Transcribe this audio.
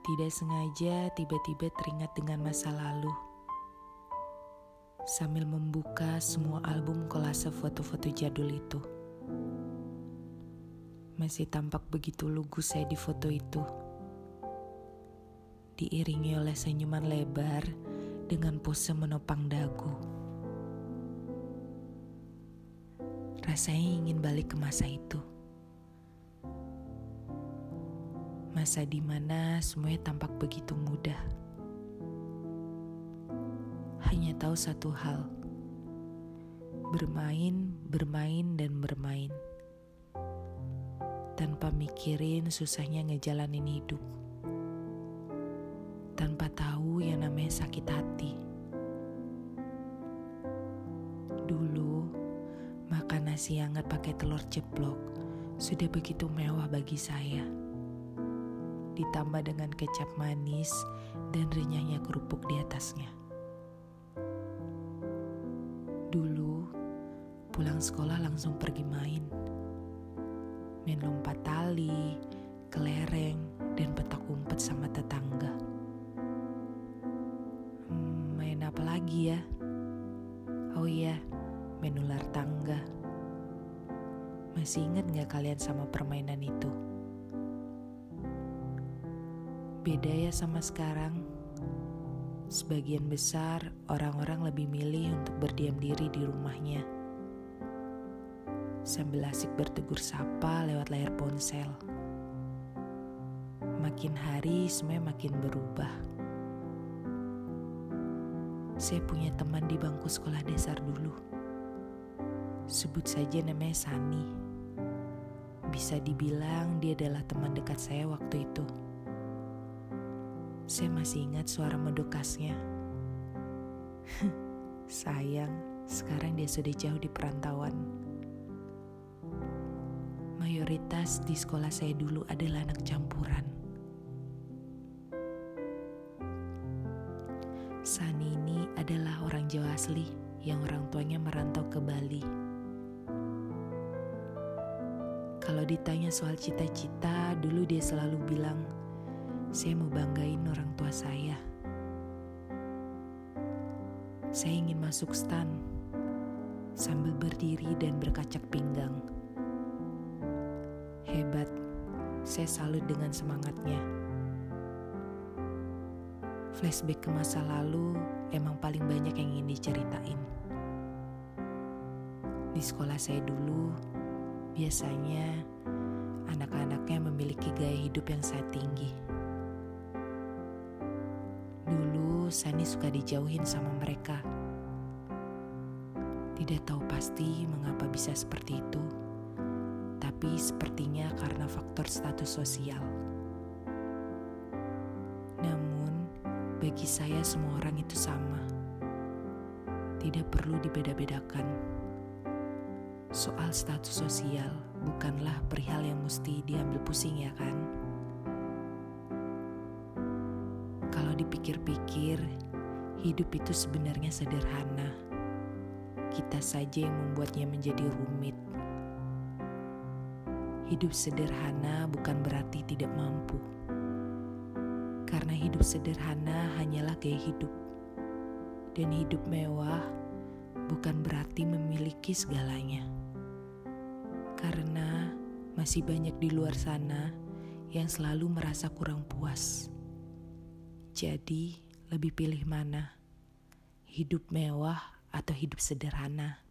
Tidak sengaja tiba-tiba teringat dengan masa lalu. Sambil membuka semua album kolase foto-foto jadul itu. Masih tampak begitu lugu saya di foto itu. Diiringi oleh senyuman lebar dengan pose menopang dagu. Rasanya ingin balik ke masa itu. Masa di mana semuanya tampak begitu mudah. Hanya tahu satu hal. Bermain, dan bermain. Tanpa mikirin susahnya ngejalanin hidup. Tanpa tahu yang namanya sakit hati. Dulu, makan nasi hangat pakai telur ceplok sudah begitu mewah bagi saya. Ditambah dengan kecap manis dan renyahnya kerupuk di atasnya. Dulu, pulang sekolah langsung pergi main. Main lompat tali, kelereng, dan petak umpet sama tetangga. Main apa lagi ya? Oh iya, main ular tangga. Masih ingat gak kalian sama permainan itu? Beda ya sama sekarang. Sebagian besar orang-orang lebih milih untuk berdiam diri di rumahnya, sambil asik bertegur sapa lewat layar ponsel. Makin hari semuanya makin berubah. Saya punya teman di bangku sekolah dasar dulu. Sebut saja namanya Sani. Bisa dibilang dia adalah teman dekat saya waktu itu. Saya masih ingat suara medokasnya. Sayang, sekarang dia sudah jauh di perantauan. Mayoritas di sekolah saya dulu adalah anak campuran. Sani ini adalah orang Jawa asli yang orang tuanya merantau ke Bali. Kalau ditanya soal cita-cita, dulu dia selalu bilang, saya mau banggain orang tua saya. Saya ingin masuk STAN sambil berdiri dan berkacak pinggang. Hebat, saya salut dengan semangatnya. Flashback ke masa lalu emang paling banyak yang ingin diceritain. Di sekolah saya dulu, biasanya anak-anaknya memiliki gaya hidup yang sangat tinggi. Dulu Sani suka dijauhin sama mereka. Tidak tahu pasti mengapa bisa seperti itu, tapi sepertinya karena faktor status sosial. Namun, bagi saya semua orang itu sama. Tidak perlu dibeda-bedakan. Soal status sosial bukanlah perihal yang mesti diambil pusing ya kan? Kalau dipikir-pikir, hidup itu sebenarnya sederhana. Kita saja yang membuatnya menjadi rumit. Hidup sederhana bukan berarti tidak mampu. Karena hidup sederhana hanyalah gaya hidup. Dan hidup mewah bukan berarti memiliki segalanya. Karena masih banyak di luar sana yang selalu merasa kurang puas. Jadi, lebih pilih mana? Hidup mewah atau hidup sederhana?